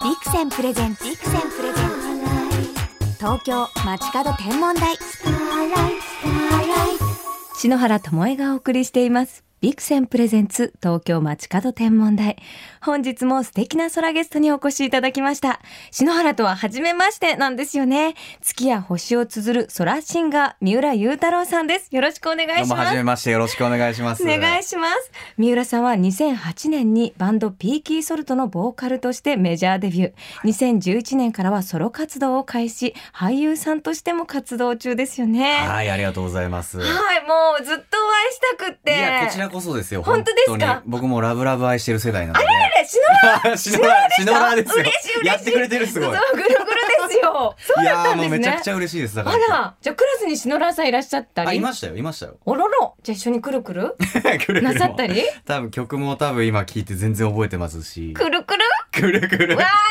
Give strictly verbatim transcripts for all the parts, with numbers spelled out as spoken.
ビクセンプレゼンツビクセンプレゼンツ東京街角天文台篠原智恵がお送りしていますビクセンプレゼンツ東京街角天文台。本日も素敵な空ゲストにお越しいただきました。篠原とは初めましてなんですよね。月や星を綴る空シンガー三浦雄太郎さんです。よろしくお願いします。 どうも初めまして、よろしくお願いします。 お願いします。三浦さんはにせんはちねんにバンドピーキーソルトのボーカルとしてメジャーデビュー、はい、にせんじゅういちねんからはソロ活動を開始、俳優さんとしても活動中ですよね。 はい、ありがとうございます。 はい、もうずっとお会いしたくって。 いや、こちらこそですよ。 本当ですか？ 僕もラブラブ愛してる世代なので。 あれあれ、篠原篠原篠原ですよ。 嬉しい嬉しい。 やってくれてる、すごい。 そう、ぐるぐるですよ。そうだったんですね。いや、もうめちゃくちゃ嬉しいです。だから。 あら、じゃあクラスに篠原さんいらっしゃったり。 あ、いましたよ、いましたよ。 おろろ、じゃあ一緒にくるくるくるくるなさったり。 多分曲も多分今聞いて全然覚えてますし。 くるくるくるくる。 わあ、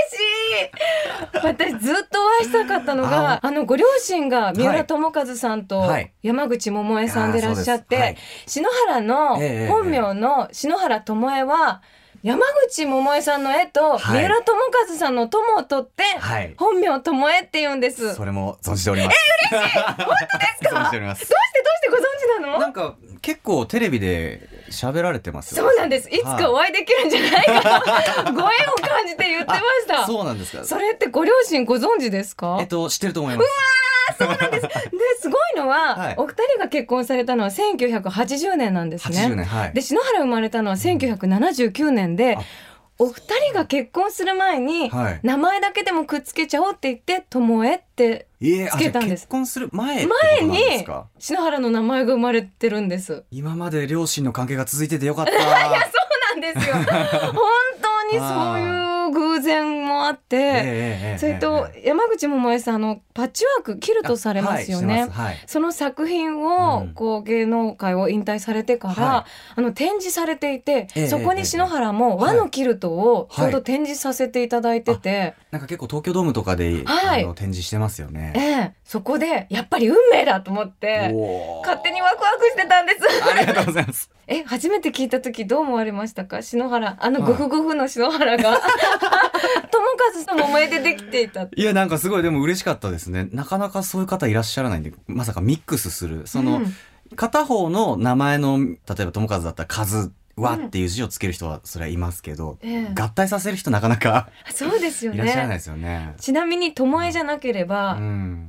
嬉しい。私ずっとお会いしたかったのが、あ, あのご両親が三浦友和さんと山口百恵さんでいらっしゃって、はい、篠原の本名の篠原智恵は山口百恵さんの絵と三浦友和さんの友を取って、はい、本名智恵って言うんです。 それも存じております。 え、嬉しい。本当ですか？ 存じております。 どうしてどうしてご存知なの？ なんか結構テレビで喋られてますよ。 そうなんです。いつかお会いできるんじゃないかな、ご縁を感じて言ってました。 そうなんですか。 それってご両親ご存知ですか？ えっと知ってると思います。 うわー、そうなんです。ですごいのは、はい、お二人が結婚されたのはせんきゅうひゃくはちじゅうねんなんですね。はちじゅうねん、はい、で篠原生まれたのはせんきゅうひゃくななじゅうきゅうねんで、うん、お二人が結婚する前に、はい、名前だけでもくっつけちゃおうって言って智恵ってつけたんです。 結婚する前ってことなんですか？ 前に篠原の名前が生まれてるんです。 今まで両親の関係が続いててよかった。 いや、そうなんですよ。本当にそういう偶然もあって、えー、それと山口百恵さんのパッチワークキルトされますよね。はいはい、その作品をこう芸能界を引退されてから、はい、あの展示されていて、えー、そこに篠原も和のキルトをちょうど展示させていただいてて、はいはい、 なんか結構東京ドームとかで、はい、あの展示してますよね。 えー、そこでやっぱり運命だと思って勝手にワクワクしてたんです。 ありがとうございます。 え、初めて聞いた時どう思われましたか？篠原、あのグフグフの篠原が友和と百恵でできていた。 いや、なんかすごいでも嬉しかったですね。なかなかそういう方いらっしゃらないんで、まさかミックスするその、うん、片方の名前の例えば友和だったら和和っていう字をつける人はそれはいますけど、うん、合体させる人なかなかそうですよね。 いらっしゃらないですよね。 ちなみに智恵じゃなければ、うん、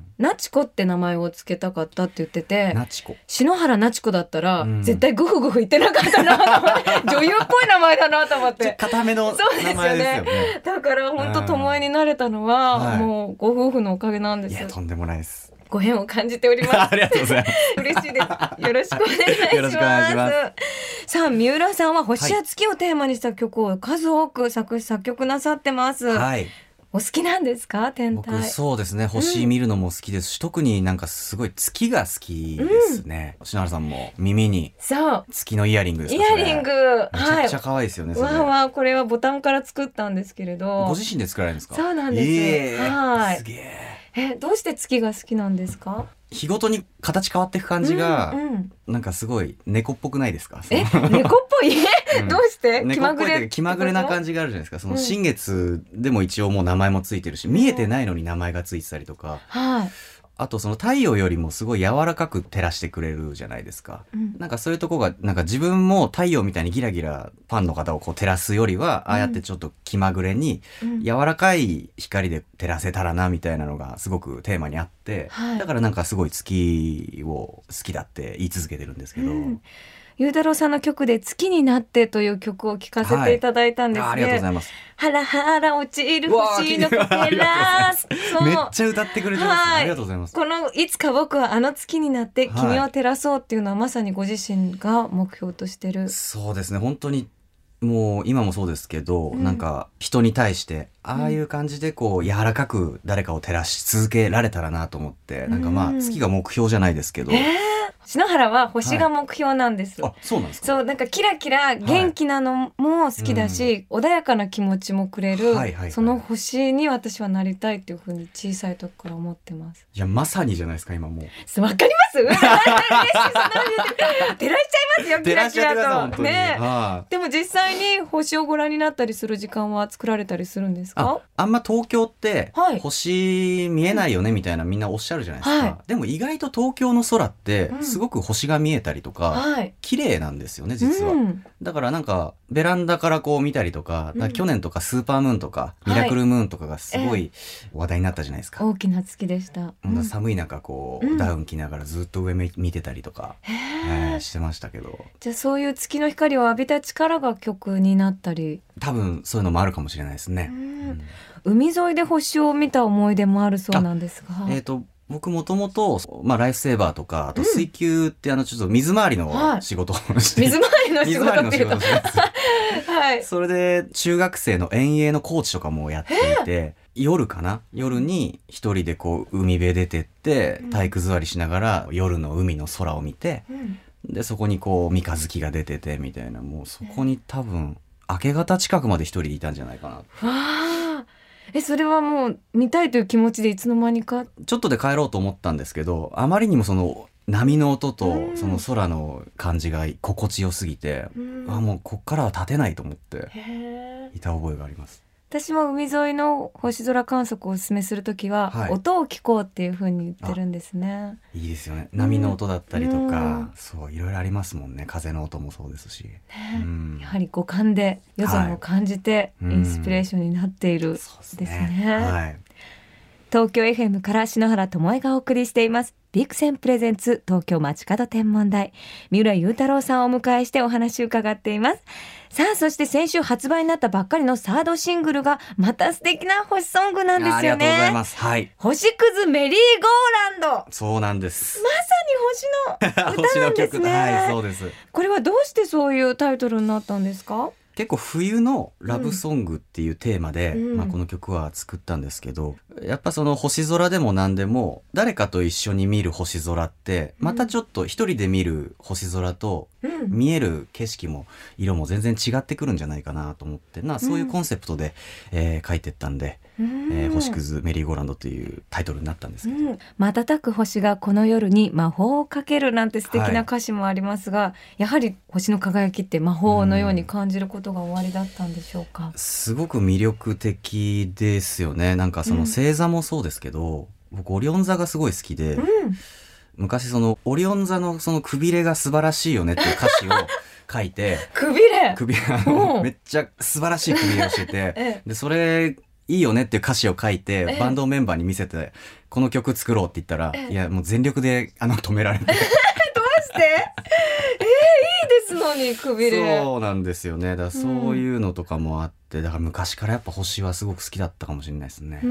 なちこって名前をつけたかったって言ってて、 なちこ篠原なちこだったら、うん、絶対グフグフ言ってなかったなと思って女優っぽい名前だなと思って固めの名前ですよね。 そうですよね。だから本当智恵になれたのは、はい、もうご夫婦のおかげなんです。 いや、とんでもないです。 ご縁を感じております。 ありがとうございます。 嬉しいです。よろしくお願いします。 よろしくお願いします。 さあ、三浦さんは星や月をテーマにした曲を数多く作詞作曲なさってます。はい。お好きなんですか？天体。 僕そうですね、星見るのも好きですし、うん、特になんかすごい月が好きですね。うん、篠原さんも耳に月のイヤリングですか？ イヤリング、 めちゃくちゃ可愛いですよね。 はい、わわ、これはボタンから作ったんですけれど。 ご自身で作られるんですか？ そうなんです。 えー、 はい。 すげえ。 え、どうして月が好きなんですか？ 日ごとに形変わっていく感じが、うんうん、なんかすごい猫っぽくないですか？ え、猫っぽいうん、どうして気まぐれ気まぐれな感じがあるじゃないですか。その新月でも一応もう名前もついてるし、うん、見えてないのに名前がついてたりとか、はい、あとその太陽よりもすごい柔らかく照らしてくれるじゃないですか、うん、なんかそういうとこがなんか自分も太陽みたいにギラギラファンの方をこう照らすよりは、うん、ああやってちょっと気まぐれに柔らかい光で照らせたらなみたいなのがすごくテーマにあって、はい、だからなんかすごい月を好きだって言い続けてるんですけど、うん、 ゆうたろうさんの曲で月になってという曲を聴かせていただいたんですね、はい、 あ, ありがとうございます。 ハラハラ落ちる星のかけらめっちゃ歌ってくれてます、はい、ありがとうございます。 このいつか僕はあの月になって君を照らそうっていうのはまさにご自身が目標としてる。 そうですね、本当にもう今もそうですけど、うん、なんか人に対してああいう感じでこう柔らかく誰かを照らし続けられたらなと思って、うん、なんかまあ月が目標じゃないですけど、えー篠原は星が目標なんです、 はい、あ、そうなんですか。 そう、なんかキラキラ元気なのも好きだし、はい、うん、穏やかな気持ちもくれる、はいはいはい、その星に私はなりたいっていうふうに小さい時から思ってます。 いや、まさにじゃないですか今もう。 わかります照らしちゃいますよ、キラキラとね、はあ、でも実際に星をご覧になったりする時間は作られたりするんですか？ あ, あんま東京って星見えないよねみたいなみんなおっしゃるじゃないですか、はい、でも意外と東京の空ってすごく星が見えたりとか、うん、綺麗なんですよね実は、うん、だからなんかベランダからこう見たりとか、うん、去年とかスーパームーンとかミラクルムーンとかがすごい話題になったじゃないですか、 はい、大きな月でした、 うん、寒い中こう、うん、ダウン着ながらずっと上見てたりとか、えー、してましたけど。 じゃあそういう月の光を浴びた力が曲になったり、 多分そういうのもあるかもしれないですね、 うん、海沿いで星を見た思い出もあるそうなんですが、 えーと僕もともと、まあ、ライフセーバーとか、あと水球ってあのちょっと水回りの仕事をして、 はい、水回りの仕事っていうかはい、それで中学生の遠泳のコーチとかもやっていて、夜かな夜に一人でこう海辺出てって体育座りしながら夜の海の空を見て、うん、でそこにこう三日月が出ててみたいな、もうそこに多分明け方近くまで一人でいたんじゃないかな。わあ、え、それはもう見たいという気持ちでいつの間にかちょっとで帰ろうと思ったんですけど、あまりにもその波の音とその空の感じが心地よすぎて、あ、もうこっからは立てないと思っていた覚えがあります。 私も海沿いの星空観測をお勧めするときは、はい、音を聞こうっていう風に言ってるんですね。 いいですよね。波の音だったりとか、うん、そういろいろありますもんね。風の音もそうですし、ね、 うん、やはり五感で夜空を感じてインスピレーションになっているですね。はい、ですね、はい、東京 エフエム から篠原智恵がお送りしていますビクセンプレゼンツ東京街角天文台、三浦雄太郎さんをお迎えしてお話を伺っています。さあ、そして先週発売になったばっかりのサードシングルがまた素敵な星ソングなんですよね。ありがとうございます、はい、星屑メリーゴーランド。 そうなんです。 まさに星の歌なんですね。 はい、そうです。 これはどうしてそういうタイトルになったんですか？ 結構冬のラブソングっていうテーマで、うん、まあ、この曲は作ったんですけど、やっぱその星空でも何でも誰かと一緒に見る星空ってまたちょっと一人で見る星空と見える景色も色も全然違ってくるんじゃないかなと思ってな、そういうコンセプトで、えー、書いてったんで、うん、えー、星屑メリーゴーランドというタイトルになったんですけど、うん、 瞬く星がこの夜に魔法をかけるなんて素敵な歌詞もありますが、はい、やはり星の輝きって魔法のように感じることが終わりだったんでしょうか？うん、 すごく魅力的ですよね。なんかその星座もそうですけど、うん、僕オリオン座がすごい好きで、うん、昔そのオリオン座のそのくびれが素晴らしいよねっていう歌詞を書いてくびれくびれめっちゃ素晴らしいくびれをしててええ、でそれいいよねっていう歌詞を書いてバンドメンバーに見せてこの曲作ろうって言ったら、いやもう全力であの止められてどうしてえー、いいですのにくびれ。 そうなんですよね。だからそういうのとかもあって、うん、だから昔からやっぱ星はすごく好きだったかもしれないですね。うん、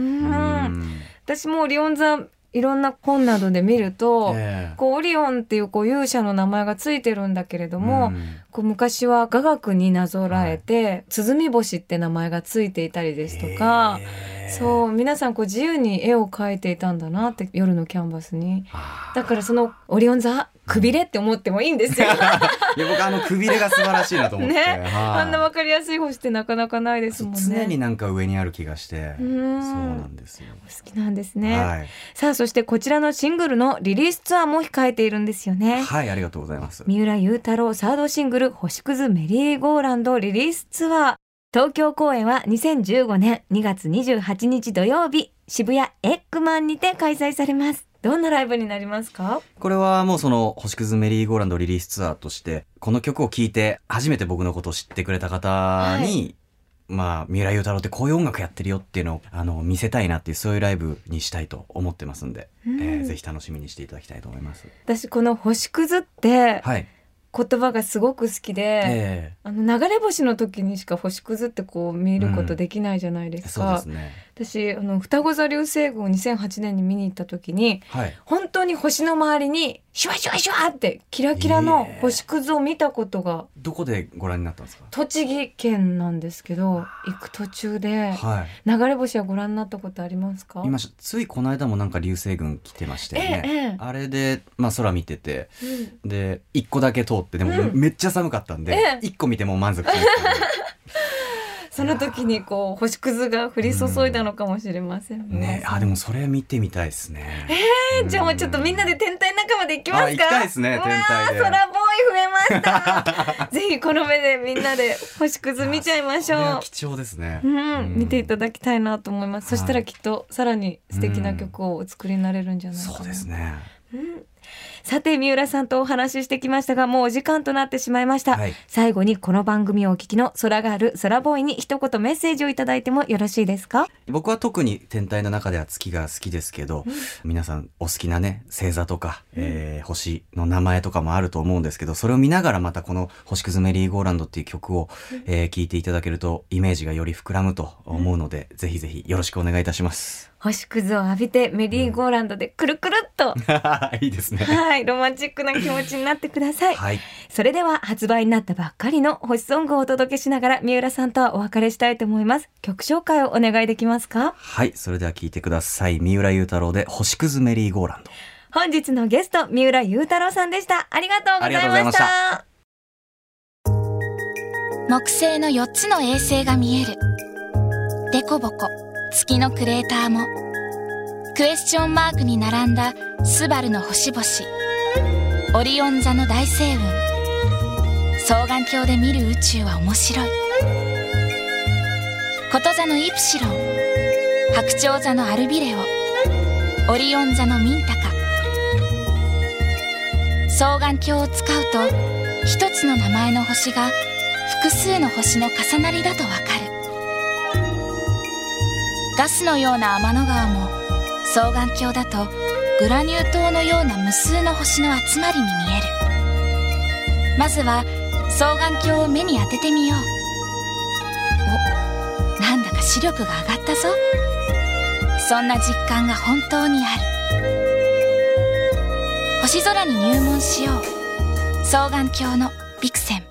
私もオリオン座いろんな本などで見ると、えー、こうオリオンっていうこう勇者の名前がついてるんだけれども、うん、こう昔は雅楽になぞらえて、はい、鼓星って名前がついていたりですとか、えー、そう皆さんこう自由に絵を描いていたんだなって夜のキャンバスに。だからそのオリオン座くびれって思ってもいいんですよ。いや僕あのくびれが素晴らしいなと思って、ね、 あんな分かりやすい星ってなかなかないですもんね。 常になんか上にある気がして、うん、そうなんですよ。 好きなんですね、はい、さあそしてこちらのシングルのリリースツアーも控えているんですよね。 はい、ありがとうございます。 三浦雄太郎サードシングル星屑メリーゴーランドリリースツアー、東京公演はにせんじゅうごねんにがつにじゅうはちにち土曜日、渋谷エッグマンにて開催されます。どんなライブになりますか？ これはもうその星屑メリーゴーランドリリースツアーとして、この曲を聴いて初めて僕のことを知ってくれた方に、はい、まあ三浦雄太郎ってこういう音楽やってるよっていうのをあの見せたいなっていう、そういうライブにしたいと思ってますんで、うん、えー、ぜひ楽しみにしていただきたいと思います。 私この星屑って、はい、言葉がすごく好きで、えー、あの流れ星の時にしか星屑ってこう見ることできないじゃないですか、うん、そうですね。 私あの双子座流星群をにせんはちねんに見に行った時に、はい、本当に星の周りにシュワシュワシュワってキラキラの星屑を見たことが、 えー、どこでご覧になったんですか？ 栃木県なんですけど、行く途中で、はい、流れ星はご覧になったことありますか？ 今ついこの間もなんか流星群来てましたよね、えーえー、あれで、まあ、空見てて、うん、でいっこだけ通ってでも、うん、めっちゃ寒かったんで、えー、いっこ見ても満足しましたその時にこう星屑が降り注いだのかもしれませんね。 うん、ね、あでもそれ見てみたいですね。 えー、じゃあもうちょっとみんなで天体仲間で行きますか？ あ行きたいですね、天体で。 空ボーイ増えましたぜひこの目でみんなで星屑見ちゃいましょう。 これは貴重ですね、 うんうん、見ていただきたいなと思います、はい、そしたらきっとさらに素敵な曲をお作りになれるんじゃないかな、 うん、そうですね、 うん、さて三浦さんとお話ししてきましたがもうお時間となってしまいました、はい、最後にこの番組をお聞きの空ガール空ボーイに一言メッセージをいただいてもよろしいですか？ 僕は特に天体の中では月が好きですけど、うん、皆さんお好きなね星座とか、うんえー、星の名前とかもあると思うんですけど、それを見ながらまたこの星屑メリーゴーランドっていう曲を、うんえー、聴いていただけるとイメージがより膨らむと思うので、うん、ぜひぜひよろしくお願いいたします。 星屑を浴びてメリーゴーランドでくるくるっと、 うん、いいですね。 はい、ロマンチックな気持ちになってください、はい、それでは発売になったばっかりの星ソングをお届けしながら三浦さんとはお別れしたいと思います。曲紹介をお願いできますか？ はい、それでは聴いてください。三浦雄太郎で星屑メリーゴーランド。 本日のゲスト三浦雄太郎さんでした。ありがとうございました。 木星のよっつの衛星が見える。デコボコ月のクレーターもクエスチョンマークに並んだスバルの星々、オリオン座の大星雲。双眼鏡で見る宇宙は面白い。こと座のイプシロン、白鳥座のアルビレオ、オリオン座のミンタカ。双眼鏡を使うと一つの名前の星が複数の星の重なりだとわかる。ガスのような天の川も双眼鏡だとグラニュー糖のような無数の星の集まりに見える。まずは双眼鏡を目に当ててみよう。お、なんだか視力が上がったぞ。そんな実感が本当にある。星空に入門しよう。双眼鏡のビクセン。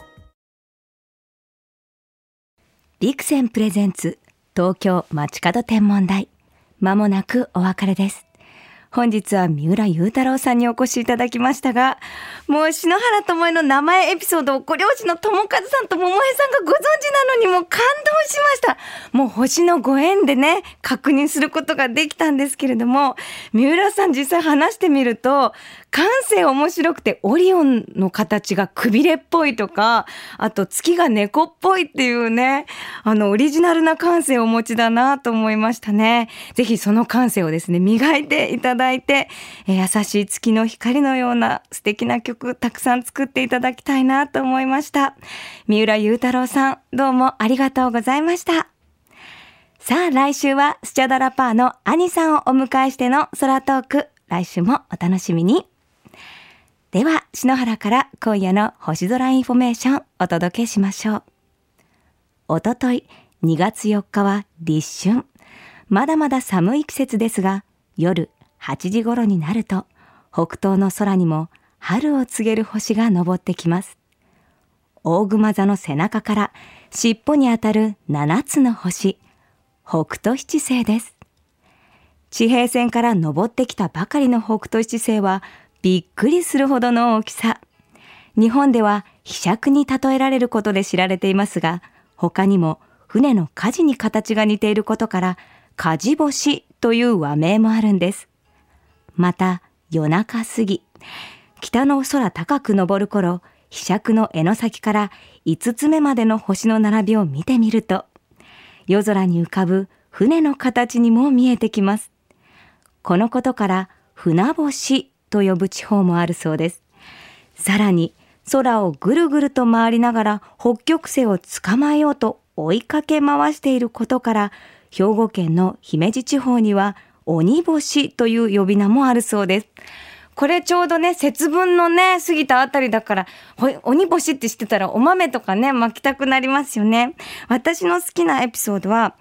ビクセンプレゼンツ東京街角天文台、まもなくお別れです。本日は三浦雄太郎さんにお越しいただきましたが、もう篠原ともえの名前エピソードをご両親の友和さんと桃江さんがご存知なのにもう感動しました。もう星のご縁でね確認することができたんですけれども、三浦さん実際話してみると感性面白くて、オリオンの形がくびれっぽいとか、あと月が猫っぽいっていうね、あのオリジナルな感性をお持ちだなと思いましたね。ぜひその感性をですね磨いていただいて、えー、優しい月の光のような素敵な曲たくさん作っていただきたいなと思いました。三浦雄太郎さん、どうもありがとうございました。さあ来週はスチャダラパーの兄さんをお迎えしての空トーク、来週もお楽しみに。では篠原から今夜の星空インフォメーションお届けしましょう。おとといにがつよっかは立春。まだまだ寒い季節ですが、夜はちじ頃になると北東の空にも春を告げる星が昇ってきます。大熊座の背中から尻尾にあたるななつの星、北斗七星です。地平線から昇ってきたばかりの北斗七星はびっくりするほどの大きさ。日本では飛尺に例えられることで知られていますが、他にも船の舵に形が似ていることから舵星という和名もあるんです。また夜中過ぎ、北の空高く昇る頃、飛尺の柄の先からいつつめまでの星の並びを見てみると、夜空に浮かぶ船の形にも見えてきます。このことから船星と呼ぶ地方もあるそうです。さらに空をぐるぐると回りながら北極星を捕まえようと追いかけ回していることから、兵庫県の姫路地方には鬼星という呼び名もあるそうです。これちょうどね節分のね過ぎたあたりだから、鬼星って知ってたらお豆とかね巻きたくなりますよね。私の好きなエピソードは、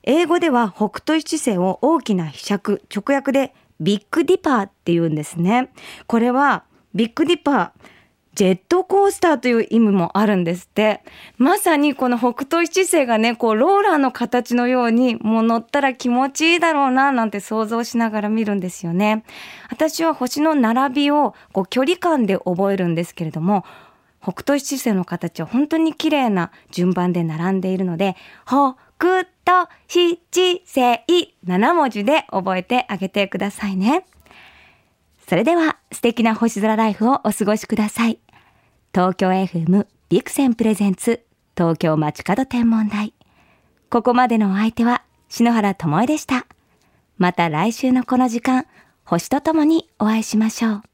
英語では北斗七星を大きな柄杓、直訳でビッグディパーって言うんですね。これはビッグディパー、ジェットコースターという意味もあるんですって。まさにこの北斗七星がね、こうローラーの形のように、もう乗ったら気持ちいいだろうななんて想像しながら見るんですよね。私は星の並びをこう距離感で覚えるんですけれども、北斗七星の形は本当に綺麗な順番で並んでいるので、北斗七星なな文字で覚えてあげてくださいね。それでは素敵な星空ライフをお過ごしください。東京 エフエム ビクセンプレゼンツ東京街角天文台。ここまでのお相手は篠原ともえでした。また来週のこの時間、星とともにお会いしましょう。